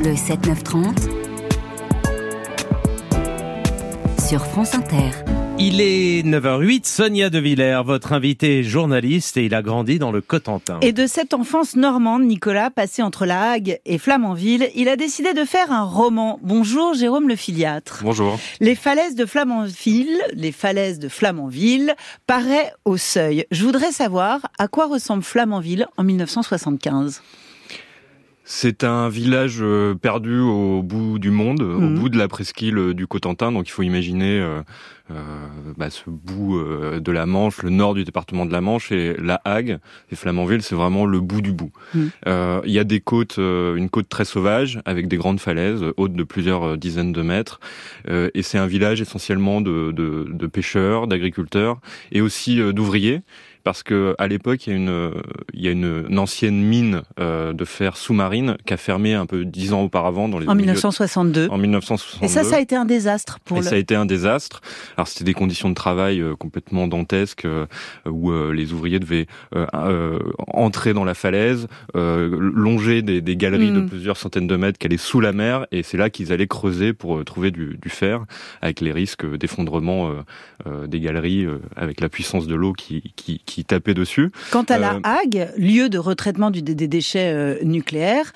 Le 7-9-30 sur France Inter. Il est 9h08, Sonia De Villers, votre invité est journaliste et il a grandi dans le Cotentin. Et de cette enfance normande, Nicolas, passé entre La Hague et Flamanville, il a décidé de faire un roman. Bonjour Jérôme Le Filiatre. Bonjour. Les falaises de Flamanville paraît au Seuil. Je voudrais savoir à quoi ressemble Flamanville en 1975. C'est un village perdu au bout du monde, au bout de la presqu'île du Cotentin. Donc il faut imaginer ce bout de la Manche, le nord du département de la Manche, et La Hague et Flamanville, c'est vraiment le bout du bout. Il y a des côtes, une côte très sauvage avec des grandes falaises hautes de plusieurs dizaines de mètres, et c'est un village essentiellement de pêcheurs, d'agriculteurs et aussi d'ouvriers. Parce que à l'époque, il y a une ancienne mine de fer sous-marine qui a fermé un peu 10 ans auparavant en 1962. En 1962. Et ça a été un désastre ça a été un désastre. Alors c'était des conditions de travail complètement dantesques où les ouvriers devaient entrer dans la falaise, longer des galeries de plusieurs centaines de mètres qui allaient sous la mer, et c'est là qu'ils allaient creuser pour trouver du fer, avec les risques d'effondrement des galeries avec la puissance de l'eau qui tapait dessus. Quant à La Hague, lieu de retraitement des déchets nucléaires,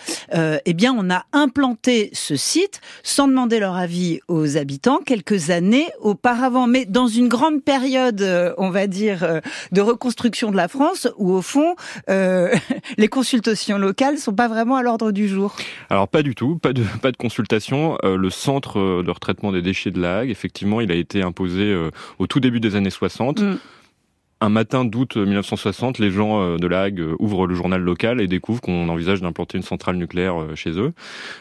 on a implanté ce site sans demander leur avis aux habitants quelques années auparavant, mais dans une grande période, on va dire, de reconstruction de la France, où au fond, les consultations locales sont pas vraiment à l'ordre du jour. Alors pas du tout, pas de consultation. Le centre de retraitement des déchets de La Hague, effectivement, il a été imposé au tout début des années 60. Un matin d'août 1960, les gens de La Hague ouvrent le journal local et découvrent qu'on envisage d'implanter une centrale nucléaire chez eux.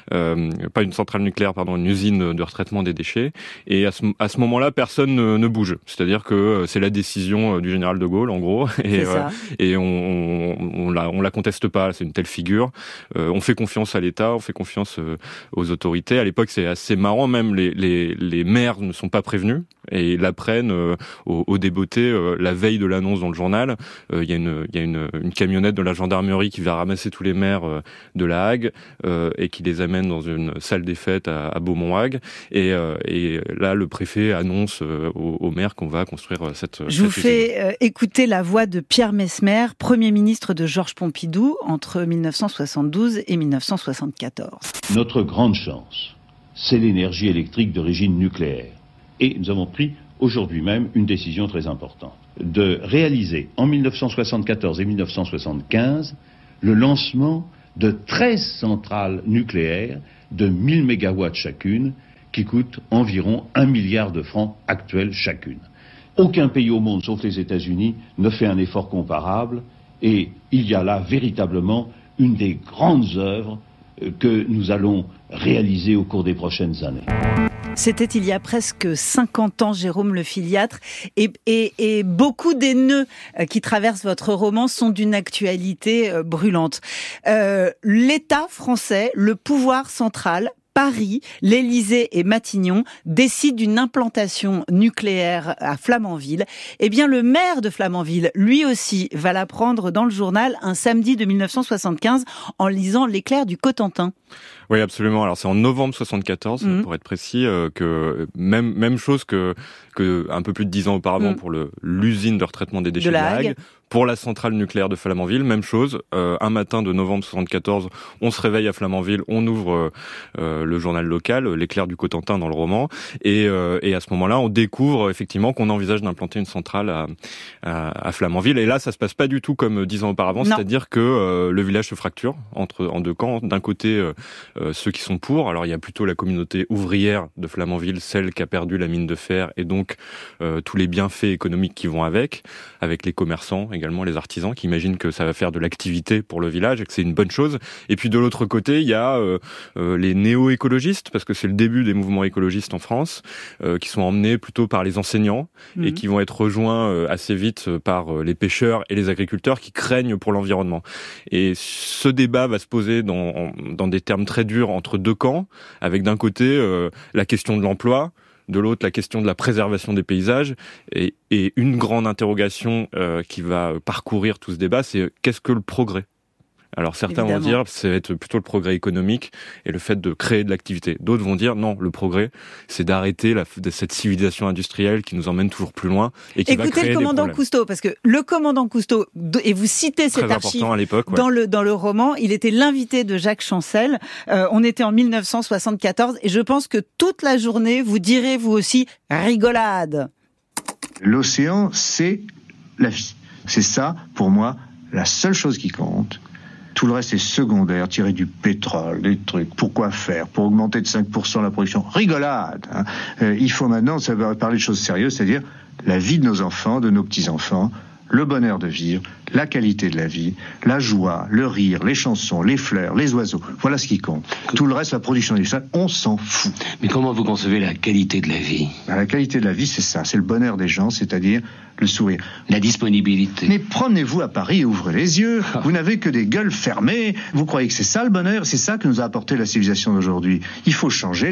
Pas une centrale nucléaire, une usine de retraitement des déchets. Et à ce moment-là, personne ne bouge. C'est-à-dire que c'est la décision du général de Gaulle, en gros. Et on la conteste pas. C'est une telle figure. On fait confiance à l'État, on fait confiance aux autorités. À l'époque, c'est assez marrant. Même les maires ne sont pas prévenus et l'apprennent au débotté la veille de l'annonce dans le journal. Il y a une camionnette de la gendarmerie qui va ramasser tous les maires de La Hague et qui les amène dans une salle des fêtes à Beaumont-Hague. Et là, le préfet annonce aux maires qu'on va construire cette Je vous fais écouter la voix de Pierre Messmer, Premier ministre de Georges Pompidou entre 1972 et 1974. Notre grande chance, c'est l'énergie électrique d'origine nucléaire. Et nous avons pris aujourd'hui même une décision très importante, de réaliser en 1974 et 1975 le lancement de 13 centrales nucléaires de 1000 mégawatts chacune, qui coûtent environ 1 milliard de francs actuels chacune. Aucun pays au monde, sauf les États-Unis, ne fait un effort comparable, et il y a là véritablement une des grandes œuvres que nous allons réaliser au cours des prochaines années. C'était il y a presque 50 ans, Jérôme Le Filiatre, et beaucoup des nœuds qui traversent votre roman sont d'une actualité brûlante. L'État français, le pouvoir central, Paris, l'Élysée et Matignon décident d'une implantation nucléaire à Flamanville. Eh bien, le maire de Flamanville, lui aussi, va l'apprendre dans le journal un samedi de 1975 en lisant L'Éclair du Cotentin. Oui, absolument. Alors c'est en novembre 74, pour être précis, que même chose que un peu plus de 10 ans auparavant pour l'usine de retraitement des déchets de La Hague. Pour la centrale nucléaire de Flamanville, même chose. Un matin de novembre 74, on se réveille à Flamanville, on ouvre le journal local, L'Éclair du Cotentin dans le roman, et à ce moment-là, on découvre effectivement qu'on envisage d'implanter une centrale à Flamanville. Et là, ça se passe pas du tout comme 10 ans auparavant, c'est-à-dire que le village se fracture en deux camps. D'un côté, ceux qui sont pour. Alors il y a plutôt la communauté ouvrière de Flamanville, celle qui a perdu la mine de fer et donc tous les bienfaits économiques qui vont avec les commerçants, également les artisans qui imaginent que ça va faire de l'activité pour le village et que c'est une bonne chose. Et puis de l'autre côté, il y a les néo-écologistes, parce que c'est le début des mouvements écologistes en France, qui sont emmenés plutôt par les enseignants et qui vont être rejoints assez vite par les pêcheurs et les agriculteurs qui craignent pour l'environnement. Et ce débat va se poser dans des termes très durs entre deux camps, avec d'un côté la question de l'emploi, de l'autre la question de la préservation des paysages, et une grande interrogation qui va parcourir tout ce débat, c'est qu'est-ce que le progrès ? Alors certains vont dire que ça va être plutôt le progrès économique et le fait de créer de l'activité. D'autres vont dire non, le progrès, c'est d'arrêter cette civilisation industrielle qui nous emmène toujours plus loin et qui va créer des problèmes. Écoutez le commandant Cousteau, parce que le commandant Cousteau, et vous citez cet archive à l'époque, dans le roman, il était l'invité de Jacques Chancel. On était en 1974 et je pense que toute la journée, vous direz vous aussi rigolade. L'océan, c'est la vie. C'est ça, pour moi, la seule chose qui compte. Tout le reste est secondaire, tirer du pétrole, des trucs. Pourquoi faire? Pour augmenter de 5% la production? Rigolade, hein. Il faut maintenant parler de choses sérieuses, c'est-à-dire la vie de nos enfants, de nos petits-enfants, le bonheur de vivre, la qualité de la vie, la joie, le rire, les chansons, les fleurs, les oiseaux. Voilà ce qui compte. Tout le reste, la production industrielle, on s'en fout. Mais comment vous concevez la qualité de la vie? La qualité de la vie, c'est ça. C'est le bonheur des gens, c'est-à-dire le sourire. La disponibilité. Mais promenez-vous à Paris et ouvrez les yeux. Vous n'avez que des gueules fermées. Vous croyez que c'est ça le bonheur? C'est ça que nous a apporté la civilisation d'aujourd'hui. Il faut changer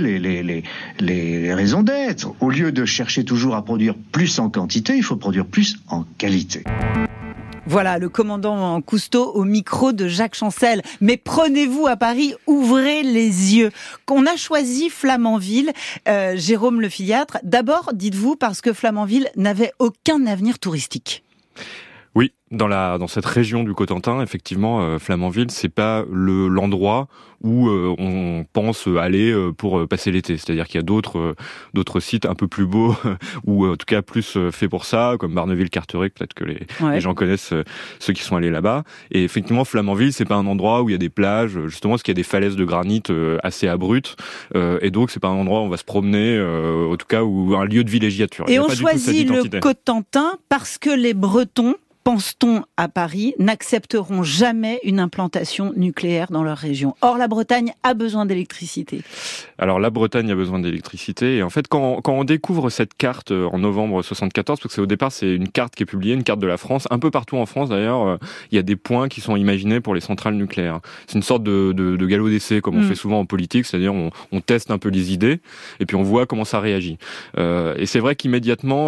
les raisons d'être. Au lieu de chercher toujours à produire plus en quantité, il faut produire plus en qualité. Voilà, le commandant Cousteau au micro de Jacques Chancel. Mais prenez-vous à Paris, ouvrez les yeux. Qu'on a choisi Flamanville, Jérôme Lefilliatre. D'abord, dites-vous, parce que Flamanville n'avait aucun avenir touristique. Oui, dans cette région du Cotentin, effectivement, Flamanville, c'est pas l'endroit où on pense aller pour passer l'été. C'est-à-dire qu'il y a d'autres sites un peu plus beaux ou en tout cas plus faits pour ça, comme Barneville-Carteret, peut-être que les gens connaissent ceux qui sont allés là-bas. Et effectivement, Flamanville, c'est pas un endroit où il y a des plages, justement parce qu'il y a des falaises de granit assez abruptes, et donc c'est pas un endroit où on va se promener, en tout cas où un lieu de villégiature. Et on choisit le Cotentin parce que les Bretons, pense-t-on à Paris, n'accepteront jamais une implantation nucléaire dans leur région. Or, la Bretagne a besoin d'électricité. Alors, la Bretagne a besoin d'électricité. Et en fait, quand on découvre cette carte en novembre 74, parce que au départ, c'est une carte qui est publiée, une carte de la France. Un peu partout en France, d'ailleurs, il y a des points qui sont imaginés pour les centrales nucléaires. C'est une sorte de galop d'essai, comme on fait souvent en politique. C'est-à-dire, on teste un peu les idées, et puis on voit comment ça réagit. Et c'est vrai qu'immédiatement,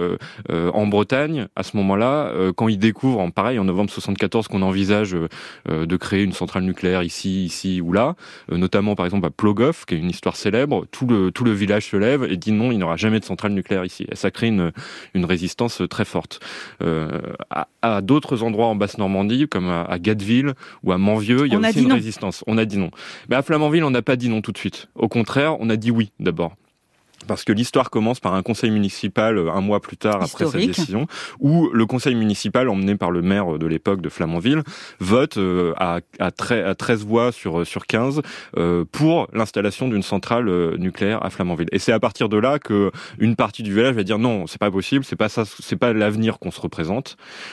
en Bretagne, à ce moment-là, quand ils découvrent, en novembre 74, qu'on envisage de créer une centrale nucléaire ici ou là, notamment par exemple à Plogoff, qui est une histoire célèbre, tout le village se lève et dit non, il n'y aura jamais de centrale nucléaire ici. Et ça crée une résistance très forte. À d'autres endroits en Basse-Normandie, comme à Gatteville ou à Manvieux, il y a aussi une résistance. On a dit non. Mais à Flamanville, on n'a pas dit non tout de suite. Au contraire, on a dit oui d'abord. Parce que l'histoire commence par un conseil municipal un mois plus tard après cette décision, où le conseil municipal, emmené par le maire de l'époque de Flamanville, vote à 13 voix sur 15 pour l'installation d'une centrale nucléaire à Flamanville. Et c'est à partir de là que une partie du village va dire non, c'est pas possible, c'est pas ça, c'est pas l'avenir qu'on se représente,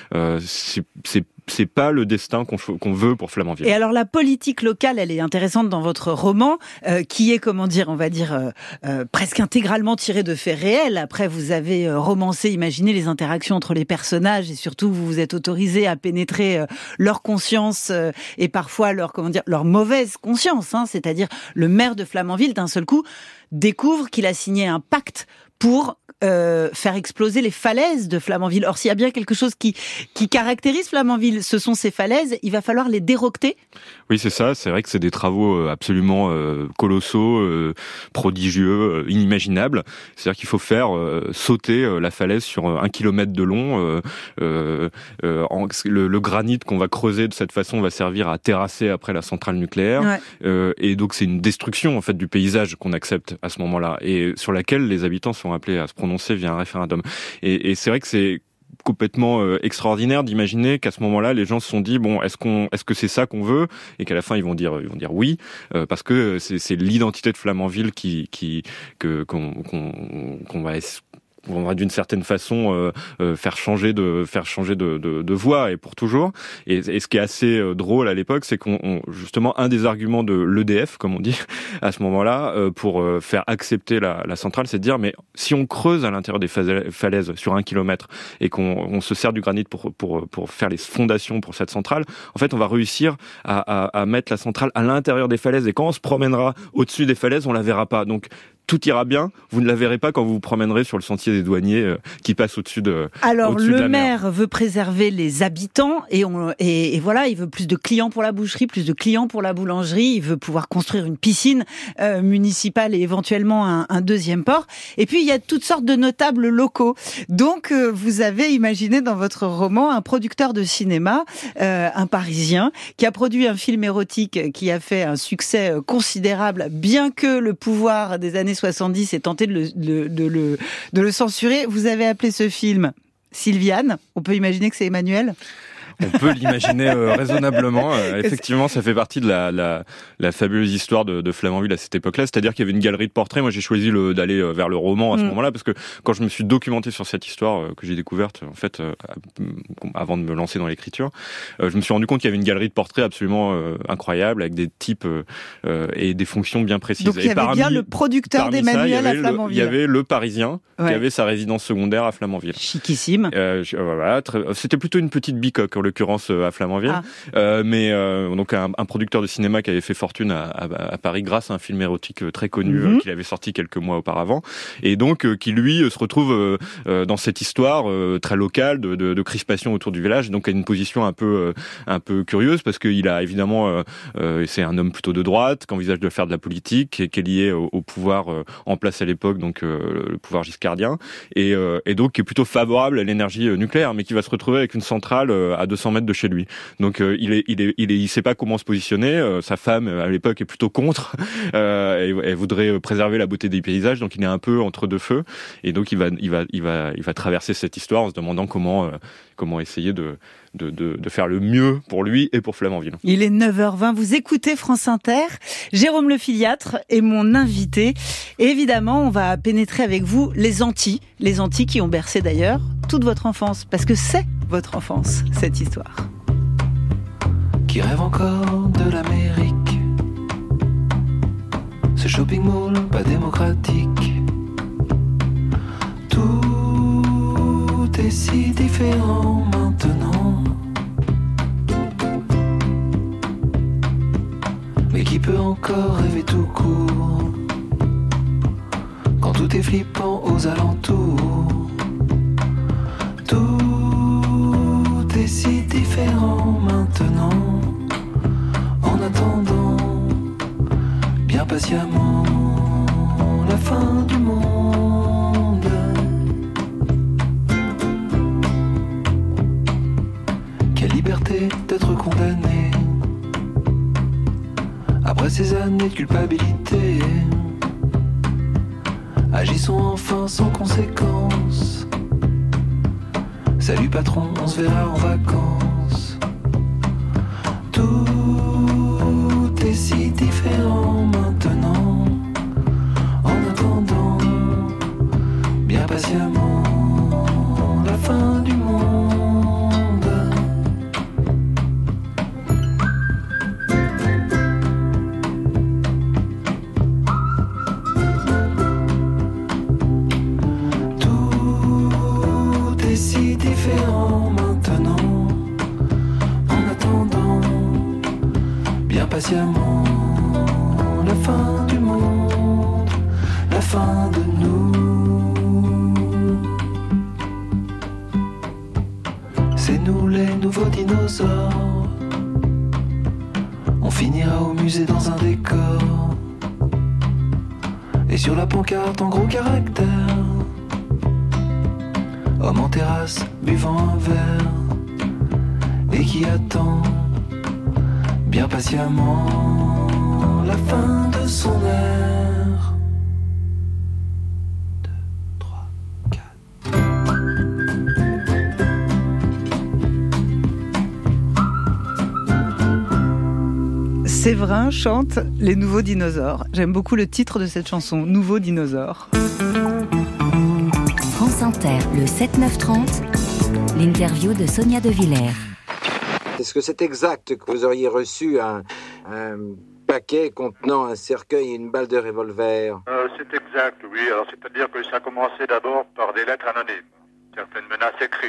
c'est pas le destin qu'on veut pour Flamanville. Et alors la politique locale, elle est intéressante dans votre roman, qui est, presque intégralement tirée de faits réels. Après, vous avez romancé, imaginé les interactions entre les personnages, et surtout vous vous êtes autorisé à pénétrer leur conscience et parfois leur mauvaise conscience. C'est-à-dire le maire de Flamanville, d'un seul coup, découvre qu'il a signé un pacte pour faire exploser les falaises de Flamanville. Or, s'il y a bien quelque chose qui caractérise Flamanville, ce sont ces falaises, il va falloir les déroqueter. Oui, c'est ça. C'est vrai que c'est des travaux absolument colossaux, prodigieux, inimaginables. C'est-à-dire qu'il faut faire sauter la falaise sur 1 kilomètre de long. Le granit qu'on va creuser de cette façon va servir à terrasser après la centrale nucléaire. Ouais. Et donc, c'est une destruction en fait du paysage qu'on accepte à ce moment-là et sur laquelle les habitants sont appelés à se prononcer via un référendum. Et c'est vrai que c'est complètement extraordinaire d'imaginer qu'à ce moment-là, les gens se sont dit bon, est-ce que c'est ça qu'on veut, et qu'à la fin ils vont dire oui, parce que c'est l'identité de Flamanville qu'on va d'une certaine façon faire changer de voie et pour toujours. Et ce qui est assez drôle à l'époque, c'est justement un des arguments de l'EDF, comme on dit à ce moment-là, pour faire accepter la centrale, c'est de dire mais si on creuse à l'intérieur des falaises sur 1 kilomètre et qu'on se sert du granit pour faire les fondations pour cette centrale, en fait on va réussir à mettre la centrale à l'intérieur des falaises, et quand on se promènera au-dessus des falaises, on la verra pas. Donc tout ira bien, vous ne la verrez pas quand vous vous promènerez sur le sentier des douaniers qui passe au-dessus de Alors, au-dessus le de la mer. maire veut préserver les habitants et voilà, il veut plus de clients pour la boucherie, plus de clients pour la boulangerie, il veut pouvoir construire une piscine municipale et éventuellement un deuxième port. Et puis, il y a toutes sortes de notables locaux. Donc, vous avez imaginé dans votre roman un producteur de cinéma, un Parisien, qui a produit un film érotique qui a fait un succès considérable, bien que le pouvoir des années 70 ait tenté de le censurer. Vous avez appelé ce film Sylviane. On peut imaginer que c'est Emmanuel ? On peut l'imaginer raisonnablement. Effectivement, ça fait partie de la fabuleuse histoire de Flamanville à cette époque-là. C'est-à-dire qu'il y avait une galerie de portraits. Moi, j'ai choisi d'aller vers le roman à ce moment-là parce que quand je me suis documenté sur cette histoire que j'ai découverte, en fait, avant de me lancer dans l'écriture, je me suis rendu compte qu'il y avait une galerie de portraits absolument incroyable avec des types et des fonctions bien précises. Donc, il y avait bien le producteur d'Emmanuel à Flamanville. Il y avait le Parisien qui avait sa résidence secondaire à Flamanville. Chiquissime. Voilà, c'était plutôt une petite bicoque en l'occurrence à Flamanville, mais donc un producteur de cinéma qui avait fait fortune à Paris grâce à un film érotique très connu qu'il avait sorti quelques mois auparavant, et donc qui lui se retrouve dans cette histoire très locale de crispation autour du village, donc à une position un peu curieuse parce qu'il a évidemment c'est un homme plutôt de droite qui envisage de faire de la politique et qui est lié au pouvoir en place à l'époque, donc le pouvoir giscardien, et donc qui est plutôt favorable à l'énergie nucléaire, mais qui va se retrouver avec une centrale à 200 mètres de chez lui. Donc il sait pas comment se positionner. Sa femme à l'époque est plutôt contre. Elle voudrait préserver la beauté des paysages, donc il est un peu entre deux feux. Et donc il va traverser cette histoire en se demandant comment essayer de faire le mieux pour lui et pour Flamanville. Il est 9h20, vous écoutez France Inter. Jérôme Lefiliatre est mon invité. Et évidemment, on va pénétrer avec vous les Antilles qui ont bercé d'ailleurs toute votre enfance, parce que c'est votre enfance, cette histoire. Qui rêve encore de l'Amérique, ce shopping mall pas démocratique. Tout est si différent maintenant. Mais qui peut encore rêver tout court quand tout est flippant aux alentours? Tout est si différent maintenant. En attendant, bien patiemment, la fin du monde. Quelle liberté d'être condamné après ces années de culpabilité. Agissons enfin sans conséquence. Salut patron, on se verra en vacances. Tout est si différent maintenant. En attendant, bien patiemment, la fin du monde. Tout est si différent maintenant. En attendant, bien patiemment, la fin du monde, la fin de nous. C'est nous les nouveaux dinosaures. On finira au musée dans un décor. Et sur la pancarte en gros caractères, homme en terrasse buvant un verre et qui attend bien patiemment la fin de son air. 2, 3, 4. Séverin chante Les Nouveaux Dinosaures. J'aime beaucoup le titre de cette chanson, Nouveaux Dinosaures. France Inter, le 7-9-30, l'interview de Sonia De Villers. Est-ce que c'est exact que vous auriez reçu un paquet contenant un cercueil et une balle de revolver? C'est exact, oui. Alors, c'est-à-dire que ça a commencé d'abord par des lettres anonymes, certaines menaces écrites.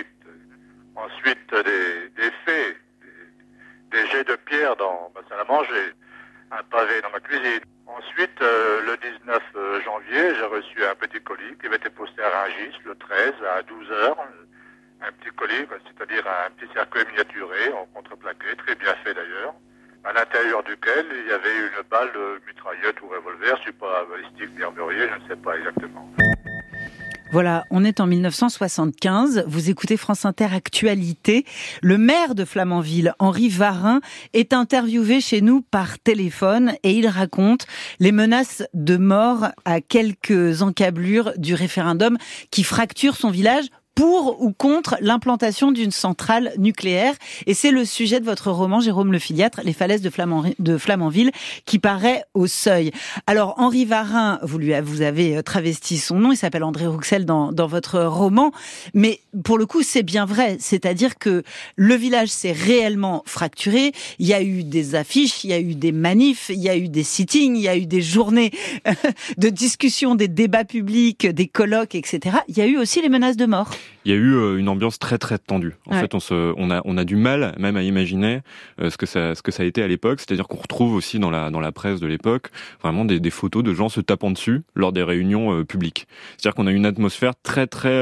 Ensuite, des faits, des jets de pierre dans ma salle à manger. un pavé dans ma cuisine. Ensuite, le 19 janvier, j'ai reçu un petit colis qui m'était posté à Rungis le 13 à 12h. Un petit colis, c'est-à-dire un petit cercueil miniaturé en contreplaqué, très bien fait d'ailleurs, à l'intérieur duquel il y avait une balle de mitraillette ou revolver, je ne suis pas balistique ni armurier, je ne sais pas exactement. Voilà, on est en 1975, vous écoutez France Inter Actualité. Le maire de Flamanville, Henri Varin, est interviewé chez nous par téléphone et il raconte les menaces de mort à quelques encablures du référendum qui fracture son village pour ou contre l'implantation d'une centrale nucléaire. Et c'est le sujet de votre roman, Jérôme Le Filiatre, Les falaises de Flamanville, qui paraît au Seuil. Alors, Henri Varin, vous avez travesti son nom, il s'appelle André Rouxel dans votre roman, mais pour le coup, c'est bien vrai. C'est-à-dire que le village s'est réellement fracturé. Il y a eu des affiches, il y a eu des manifs, il y a eu des sittings, il y a eu des journées de discussion, des débats publics, des colloques, etc. Il y a eu aussi les menaces de mort. Il y a eu une ambiance très très tendue. En fait, on a du mal même à imaginer ce que ça a été à l'époque. C'est-à-dire qu'on retrouve aussi dans la presse de l'époque vraiment des photos de gens se tapant dessus lors des réunions publiques. C'est-à-dire qu'on a une atmosphère très très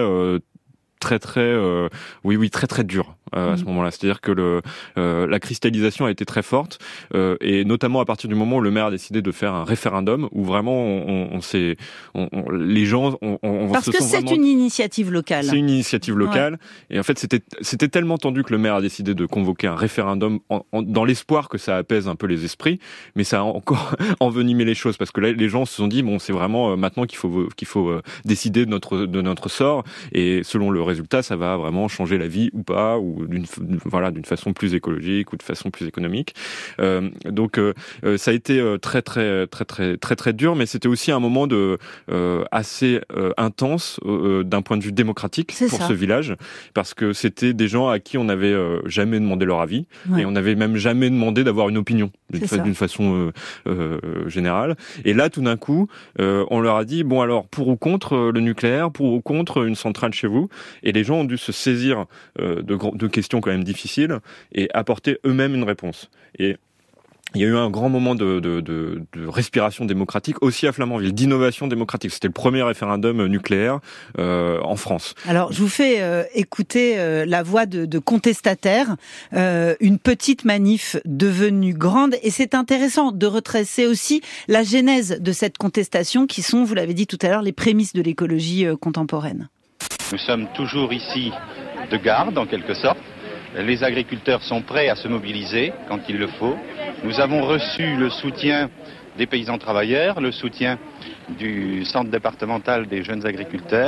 dure à ce moment-là. C'est-à-dire que la cristallisation a été très forte et notamment à partir du moment où le maire a décidé de faire un référendum où vraiment les gens parce que c'est une initiative locale. C'est une initiative locale et en fait c'était tellement tendu que le maire a décidé de convoquer un référendum dans l'espoir que ça apaise un peu les esprits, mais ça a encore envenimé les choses parce que là les gens se sont dit bon c'est vraiment maintenant qu'il faut décider de notre sort et selon le résultat ça va vraiment changer la vie ou pas ou d'une façon plus écologique ou de façon plus économique. Donc ça a été très dur, mais c'était aussi un moment assez intense d'un point de vue démocratique ce village, parce que c'était des gens à qui on n'avait jamais demandé leur avis et on n'avait même jamais demandé d'avoir une opinion d'une façon générale. Et là, tout d'un coup, on leur a dit bon alors pour ou contre le nucléaire, pour ou contre une centrale chez vous, et les gens ont dû se saisir de questions quand même difficiles et apporter eux-mêmes une réponse. Et il y a eu un grand moment de respiration démocratique aussi à Flamanville, d'innovation démocratique. C'était le premier référendum nucléaire en France. Alors, je vous fais écouter la voix de contestataires, une petite manif devenue grande. Et c'est intéressant de retracer aussi la genèse de cette contestation qui sont, vous l'avez dit tout à l'heure, les prémices de l'écologie contemporaine. Nous sommes toujours ici de garde, en quelque sorte. Les agriculteurs sont prêts à se mobiliser quand il le faut. Nous avons reçu le soutien des paysans travailleurs, le soutien du centre départemental des jeunes agriculteurs,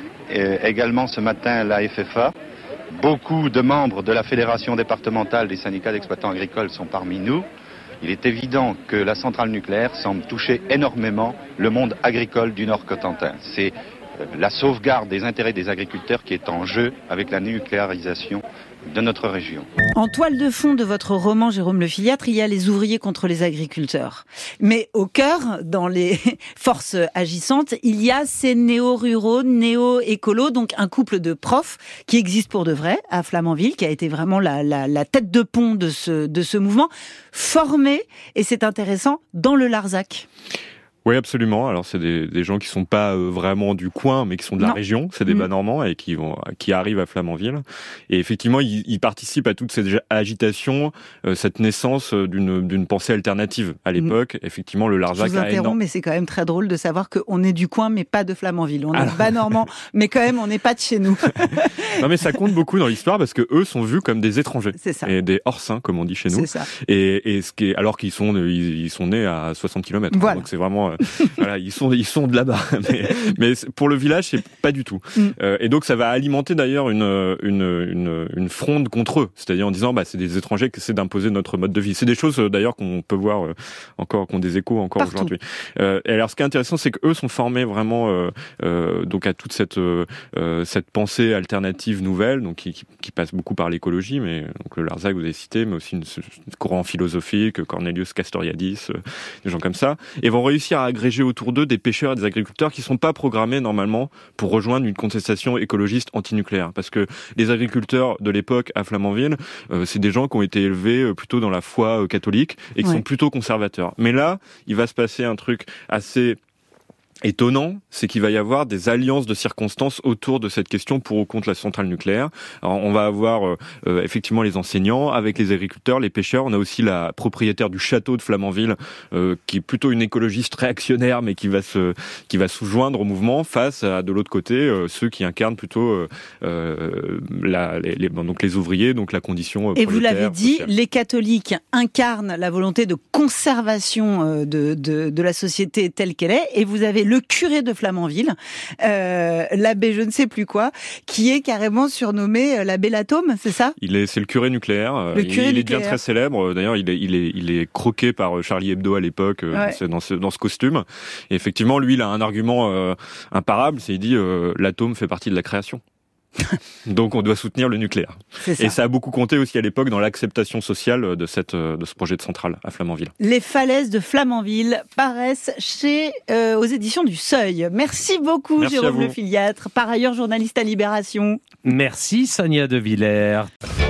et également ce matin la FFA. Beaucoup de membres de la fédération départementale des syndicats d'exploitants agricoles sont parmi nous. Il est évident que la centrale nucléaire semble toucher énormément le monde agricole du Nord-Cotentin. C'est la sauvegarde des intérêts des agriculteurs qui est en jeu avec la nucléarisation de notre région. En toile de fond de votre roman, Jérôme Le Filiatre, il y a les ouvriers contre les agriculteurs. Mais au cœur, dans les forces agissantes, il y a ces néo-ruraux, néo-écolos, donc un couple de profs qui existe pour de vrai à Flamanville, qui a été vraiment la tête de pont de ce mouvement, formés, et c'est intéressant, dans le Larzac. Oui, absolument. Alors, c'est des gens qui sont pas vraiment du coin, mais qui sont de la région. C'est des Bas-Normands et qui arrivent à Flamanville. Et effectivement, ils participent à toute cette agitation, cette naissance d'une pensée alternative à l'époque. Effectivement, le Larzac. Je vous interromps, mais c'est quand même très drôle de savoir qu'on est du coin, mais pas de Flamanville. On est Bas-Normands, mais quand même, on n'est pas de chez nous. Non, mais ça compte beaucoup dans l'histoire parce que eux sont vus comme des étrangers. C'est ça. Et des hors-sains, comme on dit chez nous. C'est ça. Et ce qui est, alors qu'ils sont nés à 60 km. Voilà. Donc c'est vraiment, voilà, ils sont de là-bas. Mais pour le village, c'est pas du tout. Et donc ça va alimenter d'ailleurs une fronde contre eux. C'est-à-dire en disant, c'est des étrangers qui essaient d'imposer notre mode de vie. C'est des choses d'ailleurs qu'on peut voir encore, qu'on des échos encore partout aujourd'hui. Et alors ce qui est intéressant, c'est qu'eux sont formés vraiment donc à toute cette pensée alternative nouvelle, donc qui passe beaucoup par l'écologie, mais donc le Larzac vous avez cité, mais aussi une courant philosophique, Cornelius Castoriadis, des gens comme ça, et vont réussir à agréger autour d'eux des pêcheurs et des agriculteurs qui sont pas programmés normalement pour rejoindre une contestation écologiste antinucléaire. Parce que les agriculteurs de l'époque à Flamanville, c'est des gens qui ont été élevés plutôt dans la foi catholique et qui sont plutôt conservateurs. Mais là, il va se passer un truc assez étonnant, c'est qu'il va y avoir des alliances de circonstances autour de cette question pour ou contre la centrale nucléaire. Alors, on va avoir effectivement les enseignants, avec les agriculteurs, les pêcheurs. On a aussi la propriétaire du château de Flamanville, qui est plutôt une écologiste réactionnaire, mais qui va se joindre au mouvement face à, de l'autre côté, ceux qui incarnent plutôt donc les ouvriers, donc la condition prolétaire. Et vous l'avez dit, sociale. Les catholiques incarnent la volonté de conservation de la société telle qu'elle est, et vous avez le curé de Flamanville, l'abbé je ne sais plus quoi, qui est carrément surnommé l'abbé Latome, c'est ça ? C'est le curé nucléaire. Il devient très célèbre. D'ailleurs, il est croqué par Charlie Hebdo à l'époque dans ce costume. Et effectivement, lui, il a un argument imparable. Il dit l'atome fait partie de la création. Donc on doit soutenir le nucléaire. Et ça a beaucoup compté aussi à l'époque dans l'acceptation sociale de ce projet de centrale à Flamanville. Les falaises de Flamanville paraissent aux éditions du Seuil. Merci beaucoup. Merci Jérôme Le Filiatre, par ailleurs journaliste à Libération. Merci Sonia De Villers.